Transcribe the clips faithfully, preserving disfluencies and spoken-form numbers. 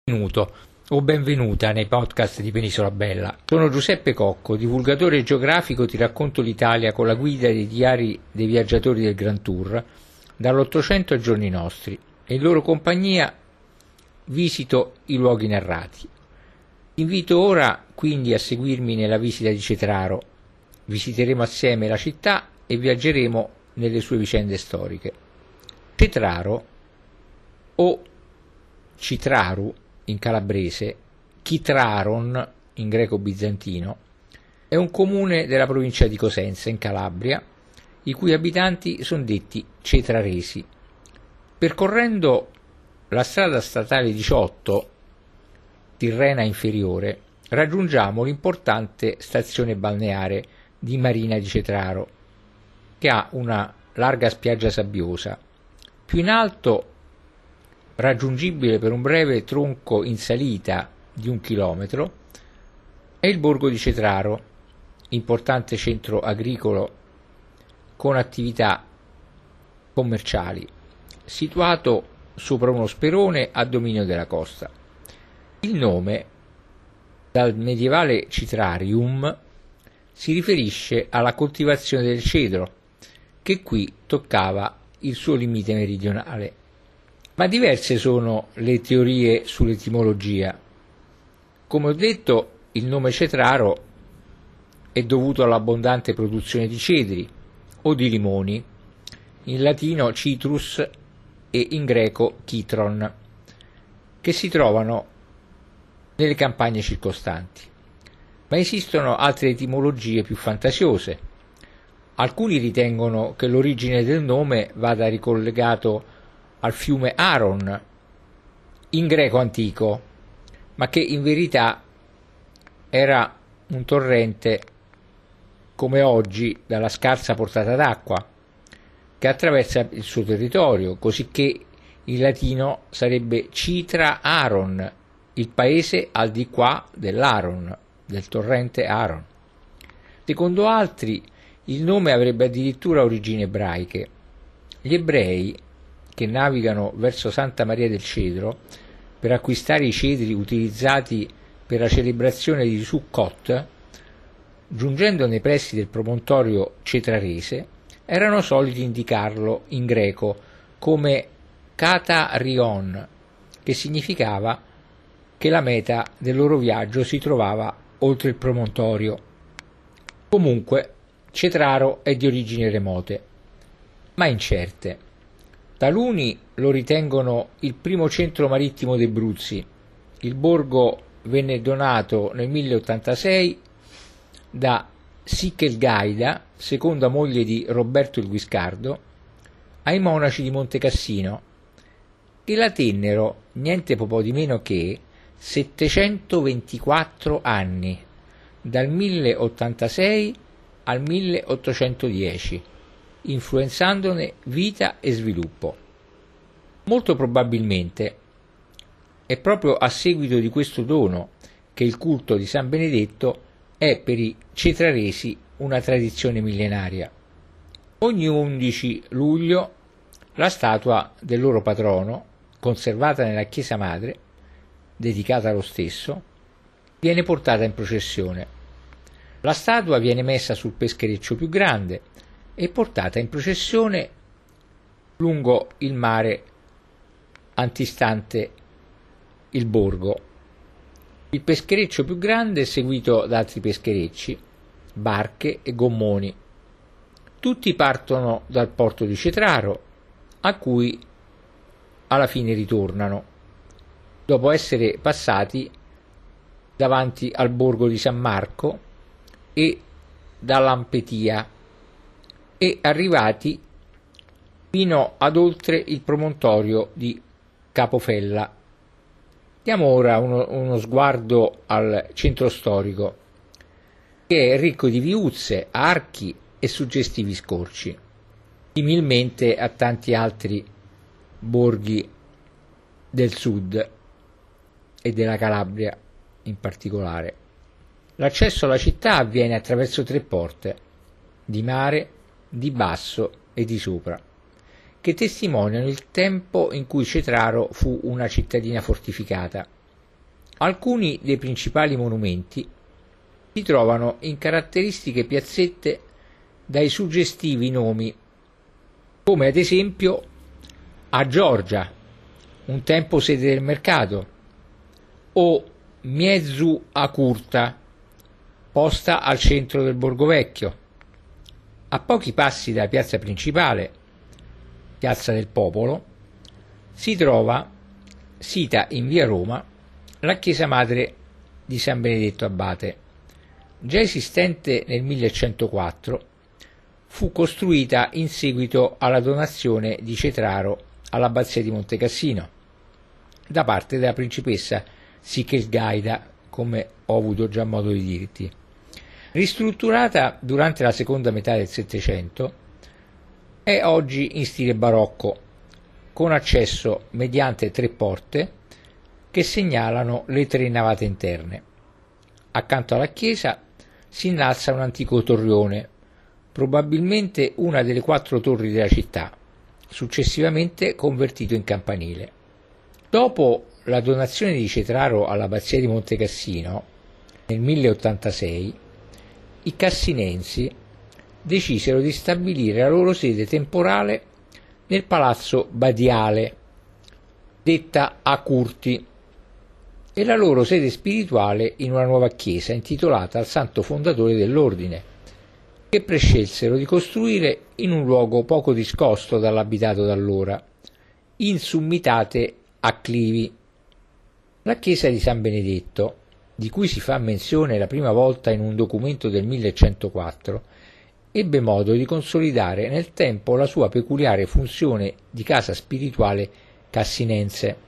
Benvenuto o benvenuta nei podcast di Penisola Bella. Sono Giuseppe Cocco, divulgatore geografico. Ti racconto l'Italia con la guida dei diari dei viaggiatori del Grand Tour, dall'Ottocento ai giorni nostri, e in loro compagnia visito i luoghi narrati. Invito ora quindi a seguirmi nella visita di Cetraro. Visiteremo assieme la città e viaggeremo nelle sue vicende storiche. Cetraro, o Citraru in calabrese, Chitraron in greco bizantino, è un comune della provincia di Cosenza in Calabria, i cui abitanti sono detti cetraresi. Percorrendo la strada statale diciotto, Tirrena Inferiore, raggiungiamo l'importante stazione balneare di Marina di Cetraro, che ha una larga spiaggia sabbiosa. Più in alto, raggiungibile per un breve tronco in salita di un chilometro, è il borgo di Cetraro, importante centro agricolo con attività commerciali, situato sopra uno sperone a dominio della costa. Il nome, dal medievale citrarium, si riferisce alla coltivazione del cedro, che qui toccava il suo limite meridionale. Ma diverse sono le teorie sull'etimologia. Come ho detto, il nome Cetraro è dovuto all'abbondante produzione di cedri o di limoni, in latino citrus e in greco chitron, che si trovano nelle campagne circostanti. Ma esistono altre etimologie più fantasiose. Alcuni ritengono che l'origine del nome vada ricollegato al fiume Aron, in greco antico, ma che in verità era un torrente come oggi dalla scarsa portata d'acqua che attraversa il suo territorio, cosicché in latino sarebbe Citra Aron, il paese al di qua dell'Aron, del torrente Aron. Secondo altri il nome avrebbe addirittura origini ebraiche. Gli ebrei, che navigano verso Santa Maria del Cedro per acquistare i cedri utilizzati per la celebrazione di Sukkot, giungendo nei pressi del promontorio cetrarese, erano soliti indicarlo in greco come Katarion, che significava che la meta del loro viaggio si trovava oltre il promontorio. Comunque, Cetraro è di origini remote, ma incerte. Taluni lo ritengono il primo centro marittimo dei Bruzzi. Il borgo venne donato nel mille ottantasei da Sichelgaida, seconda moglie di Roberto il Guiscardo, ai monaci di Monte Cassino, che la tennero niente po' di meno che settecentoventiquattro anni, dal mille ottantasei al mille ottocentodieci, influenzandone vita e sviluppo. Molto probabilmente è proprio a seguito di questo dono che il culto di San Benedetto è per i cetraresi una tradizione millenaria. Ogni undici luglio la statua del loro patrono, conservata nella chiesa madre, dedicata allo stesso, viene portata in processione. La statua viene messa sul peschereccio più grande e portata in processione lungo il mare antistante il borgo. Il peschereccio più grande è seguito da altri pescherecci, barche e gommoni. Tutti partono dal porto di Cetraro, a cui alla fine ritornano, dopo essere passati davanti al borgo di San Marco e da Lampetia, e arrivati fino ad oltre il promontorio di Capofella. Diamo ora uno, uno sguardo al centro storico, che è ricco di viuzze, archi e suggestivi scorci, similmente a tanti altri borghi del sud e della Calabria in particolare. L'accesso alla città avviene attraverso tre porte, di mare, di basso e di sopra, che testimoniano il tempo in cui Cetraro fu una cittadina fortificata. Alcuni dei principali monumenti si trovano in caratteristiche piazzette dai suggestivi nomi, come ad esempio a Giorgia, un tempo sede del mercato, o Miezu a Curta, posta al centro del Borgo Vecchio. A pochi passi dalla piazza principale, Piazza del Popolo, si trova, sita in via Roma, la chiesa madre di San Benedetto Abate. Già esistente nel millecentoquattro, fu costruita in seguito alla donazione di Cetraro all'abbazia di Montecassino da parte della principessa Sichelgaida, come ho avuto già modo di dirti. Ristrutturata durante la seconda metà del Settecento, è oggi in stile barocco, con accesso mediante tre porte che segnalano le tre navate interne. Accanto alla chiesa si innalza un antico torrione, probabilmente una delle quattro torri della città, successivamente convertito in campanile. Dopo la donazione di Cetraro all'abbazia di Montecassino nel milleottantasei, i cassinensi decisero di stabilire la loro sede temporale nel palazzo Badiale, detta a Curti, e la loro sede spirituale in una nuova chiesa intitolata al santo fondatore dell'ordine, che prescelsero di costruire in un luogo poco discosto dall'abitato d'allora, in summitate acclivi. La chiesa di San Benedetto, di cui si fa menzione la prima volta in un documento del millecentoquattro, ebbe modo di consolidare nel tempo la sua peculiare funzione di casa spirituale cassinense,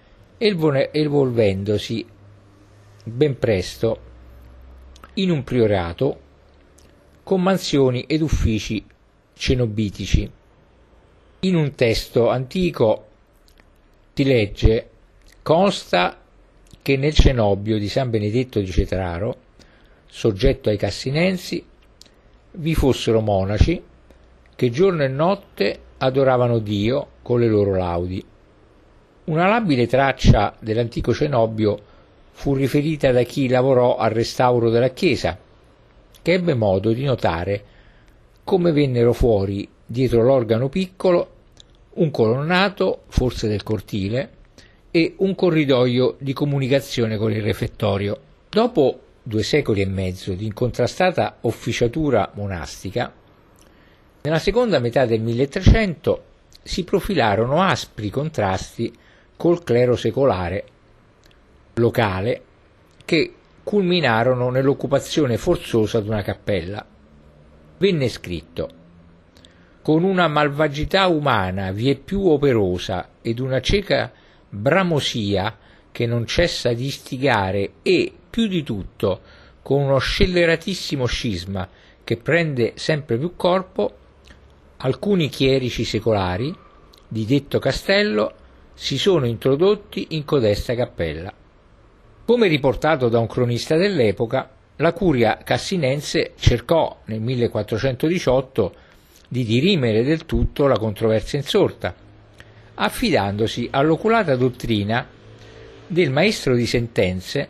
evolvendosi ben presto in un priorato con mansioni ed uffici cenobitici. In un testo antico si legge: consta che nel cenobio di San Benedetto di Cetraro, soggetto ai cassinensi, vi fossero monaci che giorno e notte adoravano Dio con le loro laudi. Una labile traccia dell'antico cenobio fu riferita da chi lavorò al restauro della chiesa, che ebbe modo di notare come vennero fuori, dietro l'organo piccolo, un colonnato, forse del cortile, e un corridoio di comunicazione con il refettorio. Dopo due secoli e mezzo di incontrastata officiatura monastica, nella seconda metà del milletrecento si profilarono aspri contrasti col clero secolare locale, che culminarono nell'occupazione forzosa di una cappella. Venne scritto: con una malvagità umana vieppiù operosa ed una cieca bramosia che non cessa di istigare, e più di tutto con uno scelleratissimo scisma che prende sempre più corpo, alcuni chierici secolari di detto castello si sono introdotti in codesta cappella. Come riportato da un cronista dell'epoca, la curia cassinense cercò nel millequattrocentodiciotto di dirimere del tutto la controversia insorta, affidandosi all'oculata dottrina del maestro di sentenze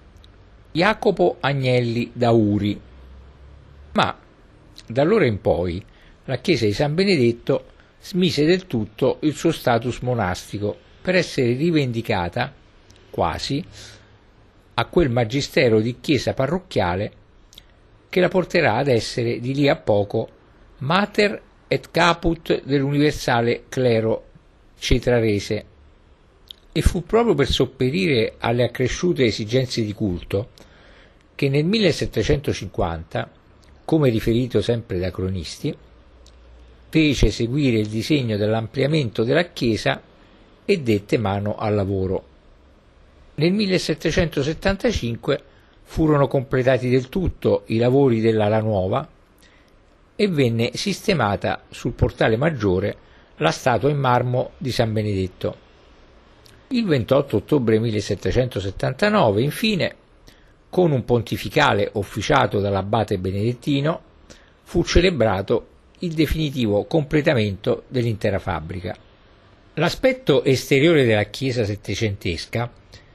Jacopo Agnelli da Uri. Ma da allora in poi la chiesa di San Benedetto smise del tutto il suo status monastico per essere rivendicata quasi a quel magistero di chiesa parrocchiale che la porterà ad essere di lì a poco mater et caput dell'universale clero cetrarese. E fu proprio per sopperire alle accresciute esigenze di culto che nel millesettecentocinquanta, come riferito sempre da cronisti, fece seguire il disegno dell'ampliamento della chiesa e dette mano al lavoro. Nel millesettecentosettantacinque furono completati del tutto i lavori dell'ala nuova e venne sistemata sul portale maggiore la statua in marmo di San Benedetto. Il ventotto ottobre millesettecentosettantanove, infine, con un pontificale officiato dall'abate benedettino, fu celebrato il definitivo completamento dell'intera fabbrica. L'aspetto esteriore della chiesa settecentesca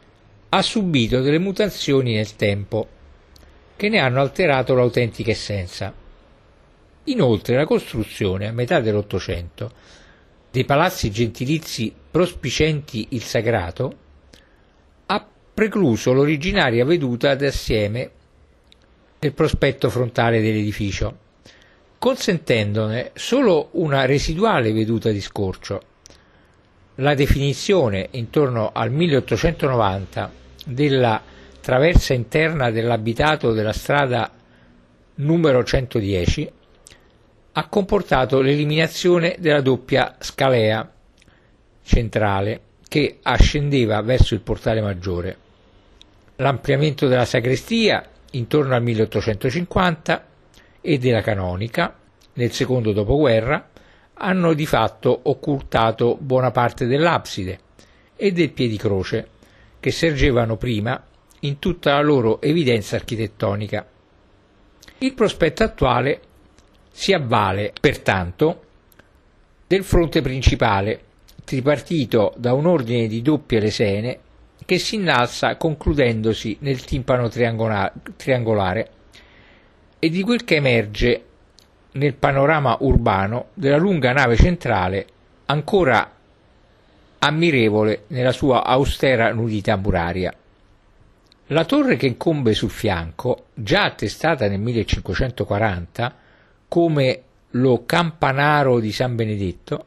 ha subito delle mutazioni nel tempo che ne hanno alterato l'autentica essenza. Inoltre la costruzione, a metà dell'Ottocento, dei palazzi gentilizi prospicenti il sagrato ha precluso l'originaria veduta d'assieme del prospetto frontale dell'edificio, consentendone solo una residuale veduta di scorcio. La definizione intorno al milleottocentonovanta della traversa interna dell'abitato della strada numero centodieci ha comportato l'eliminazione della doppia scalea centrale che ascendeva verso il portale maggiore. L'ampliamento della sagrestia intorno al milleottocentocinquanta e della canonica nel secondo dopoguerra hanno di fatto occultato buona parte dell'abside e del piedicroce, che sergevano prima in tutta la loro evidenza architettonica. Il prospetto attuale si avvale, pertanto, del fronte principale, tripartito da un ordine di doppie lesene che si innalza concludendosi nel timpano triangolare, e di quel che emerge nel panorama urbano della lunga nave centrale, ancora ammirevole nella sua austera nudità muraria. La torre che incombe sul fianco, già attestata nel millecinquecentoquaranta come lo Campanaro di San Benedetto,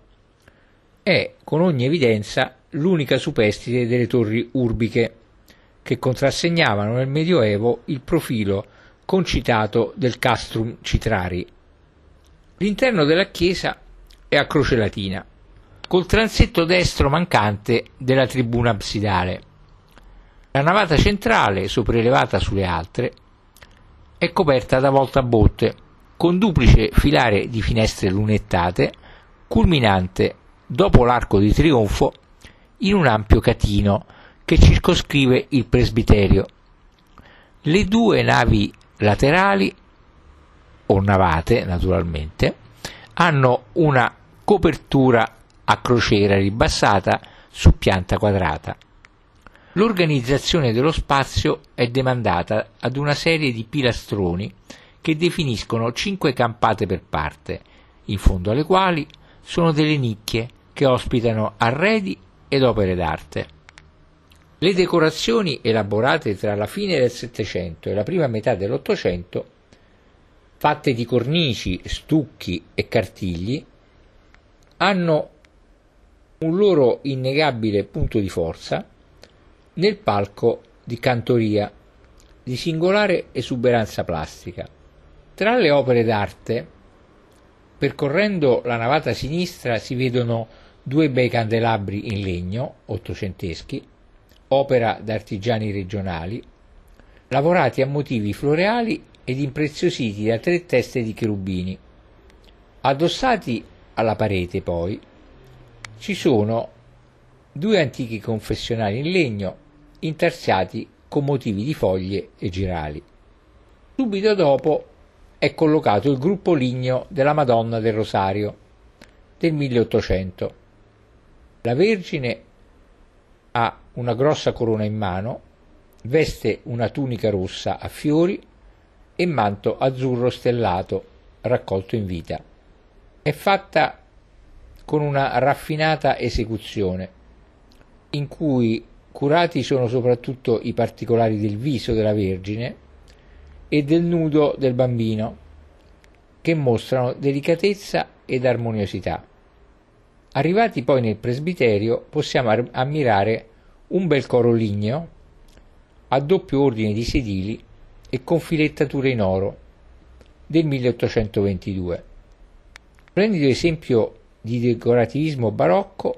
è con ogni evidenza l'unica superstite delle torri urbiche che contrassegnavano nel Medioevo il profilo concitato del Castrum Citrari. L'interno della chiesa è a croce latina, col transetto destro mancante della tribuna absidale. La navata centrale, sopraelevata sulle altre, è coperta da volta a botte, con duplice filare di finestre lunettate, culminante, dopo l'arco di trionfo, in un ampio catino che circoscrive il presbiterio. Le due navi laterali, o navate naturalmente, hanno una copertura a crociera ribassata su pianta quadrata. L'organizzazione dello spazio è demandata ad una serie di pilastroni che definiscono cinque campate per parte, in fondo alle quali sono delle nicchie che ospitano arredi ed opere d'arte. Le decorazioni elaborate tra la fine del Settecento e la prima metà dell'Ottocento, fatte di cornici, stucchi e cartigli, hanno un loro innegabile punto di forza nel palco di cantoria di singolare esuberanza plastica. Tra le opere d'arte, percorrendo la navata sinistra, si vedono due bei candelabri in legno ottocenteschi, opera d'artigiani regionali, lavorati a motivi floreali ed impreziositi da tre teste di cherubini. Addossati alla parete, poi, ci sono due antichi confessionali in legno intarsiati con motivi di foglie e girali. Subito dopo è collocato il gruppo ligneo della Madonna del Rosario del milleottocento. La Vergine ha una grossa corona in mano, veste una tunica rossa a fiori e manto azzurro stellato raccolto in vita. È fatta con una raffinata esecuzione, in cui curati sono soprattutto i particolari del viso della Vergine e del nudo del bambino, che mostrano delicatezza ed armoniosità. Arrivati poi nel presbiterio, possiamo ammirare un bel coro ligneo a doppio ordine di sedili e con filettature in oro del milleottocentoventidue. Splendido esempio di decorativismo barocco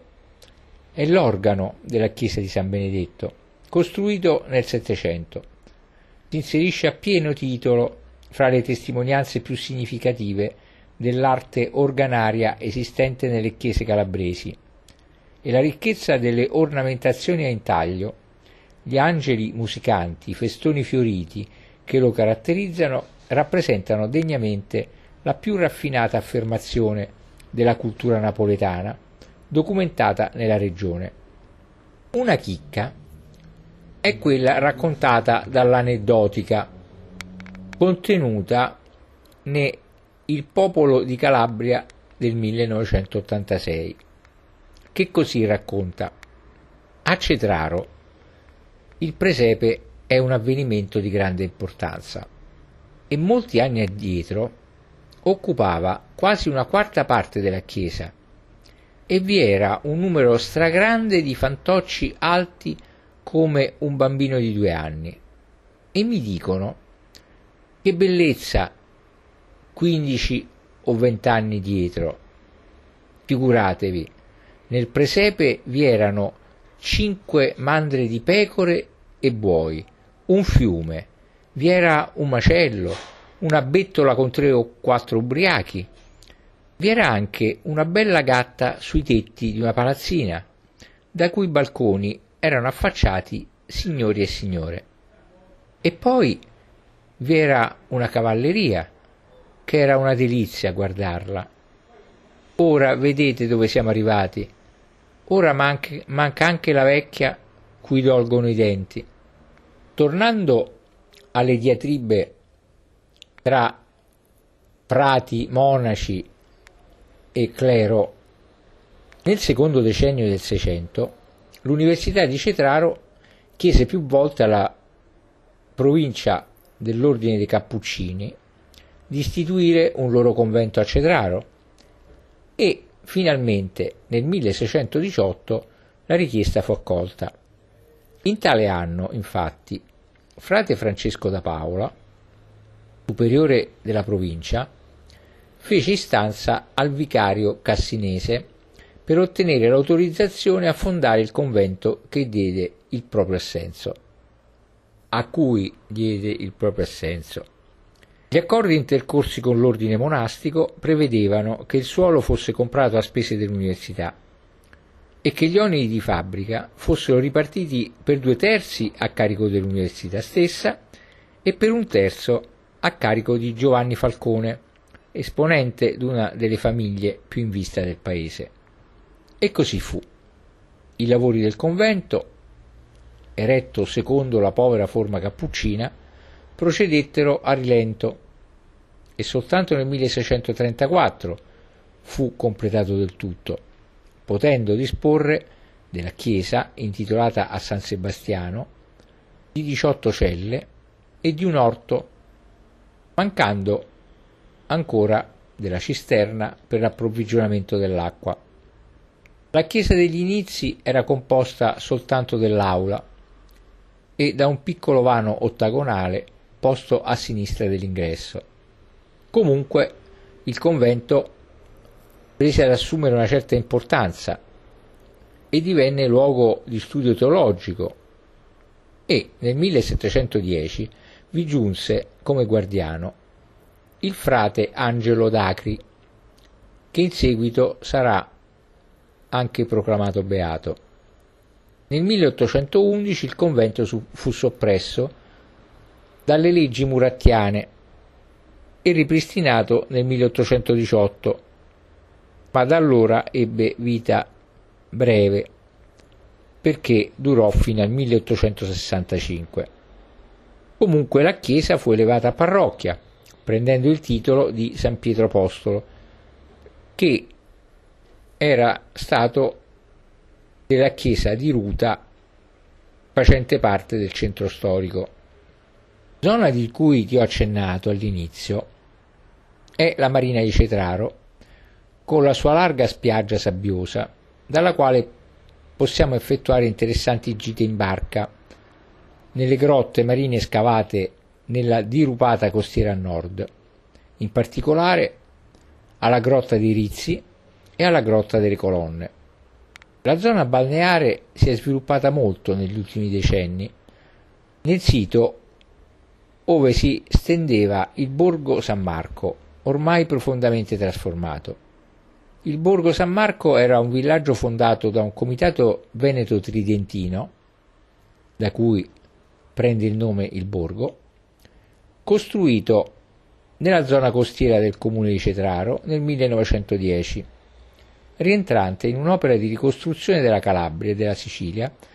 è l'organo della chiesa di San Benedetto, costruito nel Settecento. Si inserisce a pieno titolo fra le testimonianze più significative dell'arte organaria esistente nelle chiese calabresi, e la ricchezza delle ornamentazioni a intaglio, gli angeli musicanti, i festoni fioriti che lo caratterizzano rappresentano degnamente la più raffinata affermazione della cultura napoletana documentata nella regione. Una chicca è quella raccontata dall'aneddotica contenuta ne Il popolo di Calabria del millenovecentottantasei, che così racconta: a Cetraro il presepe è un avvenimento di grande importanza e molti anni addietro occupava quasi una quarta parte della chiesa e vi era un numero stragrande di fantocci alti come un bambino di due anni. E mi dicono: che bellezza quindici o venti anni dietro. Figuratevi, nel presepe vi erano cinque mandre di pecore e buoi, un fiume, vi era un macello, una bettola con tre o quattro ubriachi, vi era anche una bella gatta sui tetti di una palazzina, da cui balconi erano affacciati signori e signore. E poi vi era una cavalleria, che era una delizia guardarla. Ora vedete dove siamo arrivati. Ora manca, manca anche la vecchia cui dolgono i denti. Tornando alle diatribe tra prati, monaci e clero, nel secondo decennio del Seicento l'Università di Cetraro chiese più volte alla provincia dell'Ordine dei Cappuccini di istituire un loro convento a Cetraro e finalmente nel milleseicentodiciotto la richiesta fu accolta. In tale anno, infatti, frate Francesco da Paola, superiore della provincia, fece istanza al vicario cassinese per ottenere l'autorizzazione a fondare il convento che diede il proprio assenso. A cui diede il proprio assenso. Gli accordi intercorsi con l'ordine monastico prevedevano che il suolo fosse comprato a spese dell'università e che gli oneri di fabbrica fossero ripartiti per due terzi a carico dell'università stessa e per un terzo a carico di Giovanni Falcone, esponente di una delle famiglie più in vista del paese. E così fu. I lavori del convento, eretto secondo la povera forma cappuccina, procedettero a rilento e soltanto nel milleseicentotrentaquattro fu completato del tutto, potendo disporre della chiesa intitolata a San Sebastiano, di diciotto celle e di un orto, mancando ancora della cisterna per l'approvvigionamento dell'acqua. La chiesa degli inizi era composta soltanto dell'aula e da un piccolo vano ottagonale posto a sinistra dell'ingresso. Comunque il convento prese ad assumere una certa importanza e divenne luogo di studio teologico e nel millesettecentodieci vi giunse come guardiano il frate Angelo Dacri, che in seguito sarà anche proclamato beato. Nel milleottocentoundici il convento fu soppresso dalle leggi murattiane e ripristinato nel milleottocentodiciotto, ma da allora ebbe vita breve perché durò fino al milleottocentosessantacinque. Comunque la chiesa fu elevata a parrocchia, prendendo il titolo di San Pietro Apostolo, che era stato della chiesa di Ruta facente parte del centro storico. La zona di cui ti ho accennato all'inizio è la Marina di Cetraro, con la sua larga spiaggia sabbiosa, dalla quale possiamo effettuare interessanti gite in barca nelle grotte marine scavate nella dirupata costiera a nord, in particolare alla grotta dei Rizzi e alla grotta delle Colonne. La zona balneare si è sviluppata molto negli ultimi decenni nel sito ove si stendeva il borgo San Marco, ormai profondamente trasformato. Il borgo San Marco era un villaggio fondato da un comitato veneto tridentino, da cui prende il nome il borgo, costruito nella zona costiera del comune di Cetraro nel millenovecentodieci, rientrante in un'opera di ricostruzione della Calabria e della Sicilia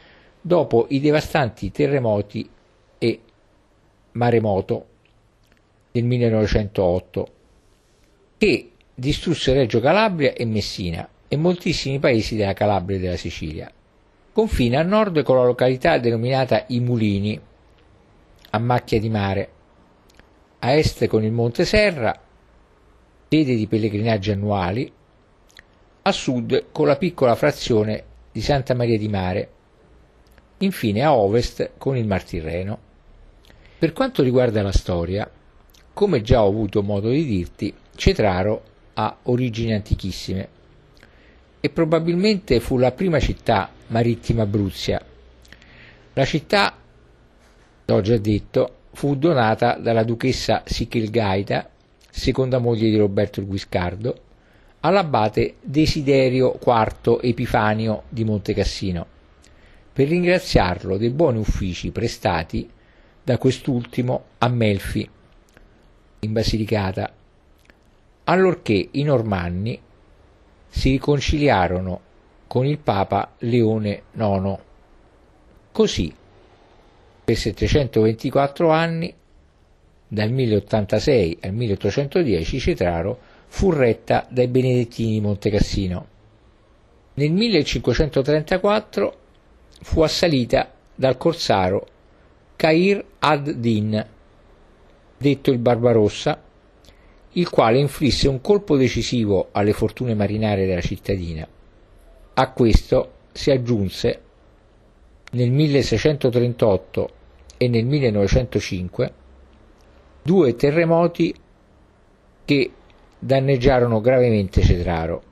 dopo i devastanti terremoti e maremoto del millenovecentootto che distrusse Reggio Calabria e Messina e moltissimi paesi della Calabria e della Sicilia. Confina a nord con la località denominata I Mulini, a macchia di mare, a est con il Monte Serra, sede di pellegrinaggi annuali, a sud con la piccola frazione di Santa Maria di Mare, infine a ovest con il Mar Tirreno. Per quanto riguarda la storia, come già ho avuto modo di dirti, Cetraro ha origini antichissime e probabilmente fu la prima città marittima abruzia. La città, l'ho già detto, fu donata dalla duchessa Sichelgaita, seconda moglie di Roberto il Guiscardo, all'abate Desiderio quarto Epifanio di Montecassino, per ringraziarlo dei buoni uffici prestati da quest'ultimo a Melfi, in Basilicata, allorché i Normanni si riconciliarono con il Papa Leone nono. Così, per settecentoventiquattro anni, dal milleottantasei al milleottocentodieci, Cetraro fu retta dai benedettini di Montecassino. Nel millecinquecentotrentaquattro fu assalita dal corsaro Khayr ad-Din, detto il Barbarossa, il quale inflisse un colpo decisivo alle fortune marinarie della cittadina. A questo si aggiunse nel milleseicentotrentotto e nel millenovecentocinque due terremoti che danneggiarono gravemente Cetraro.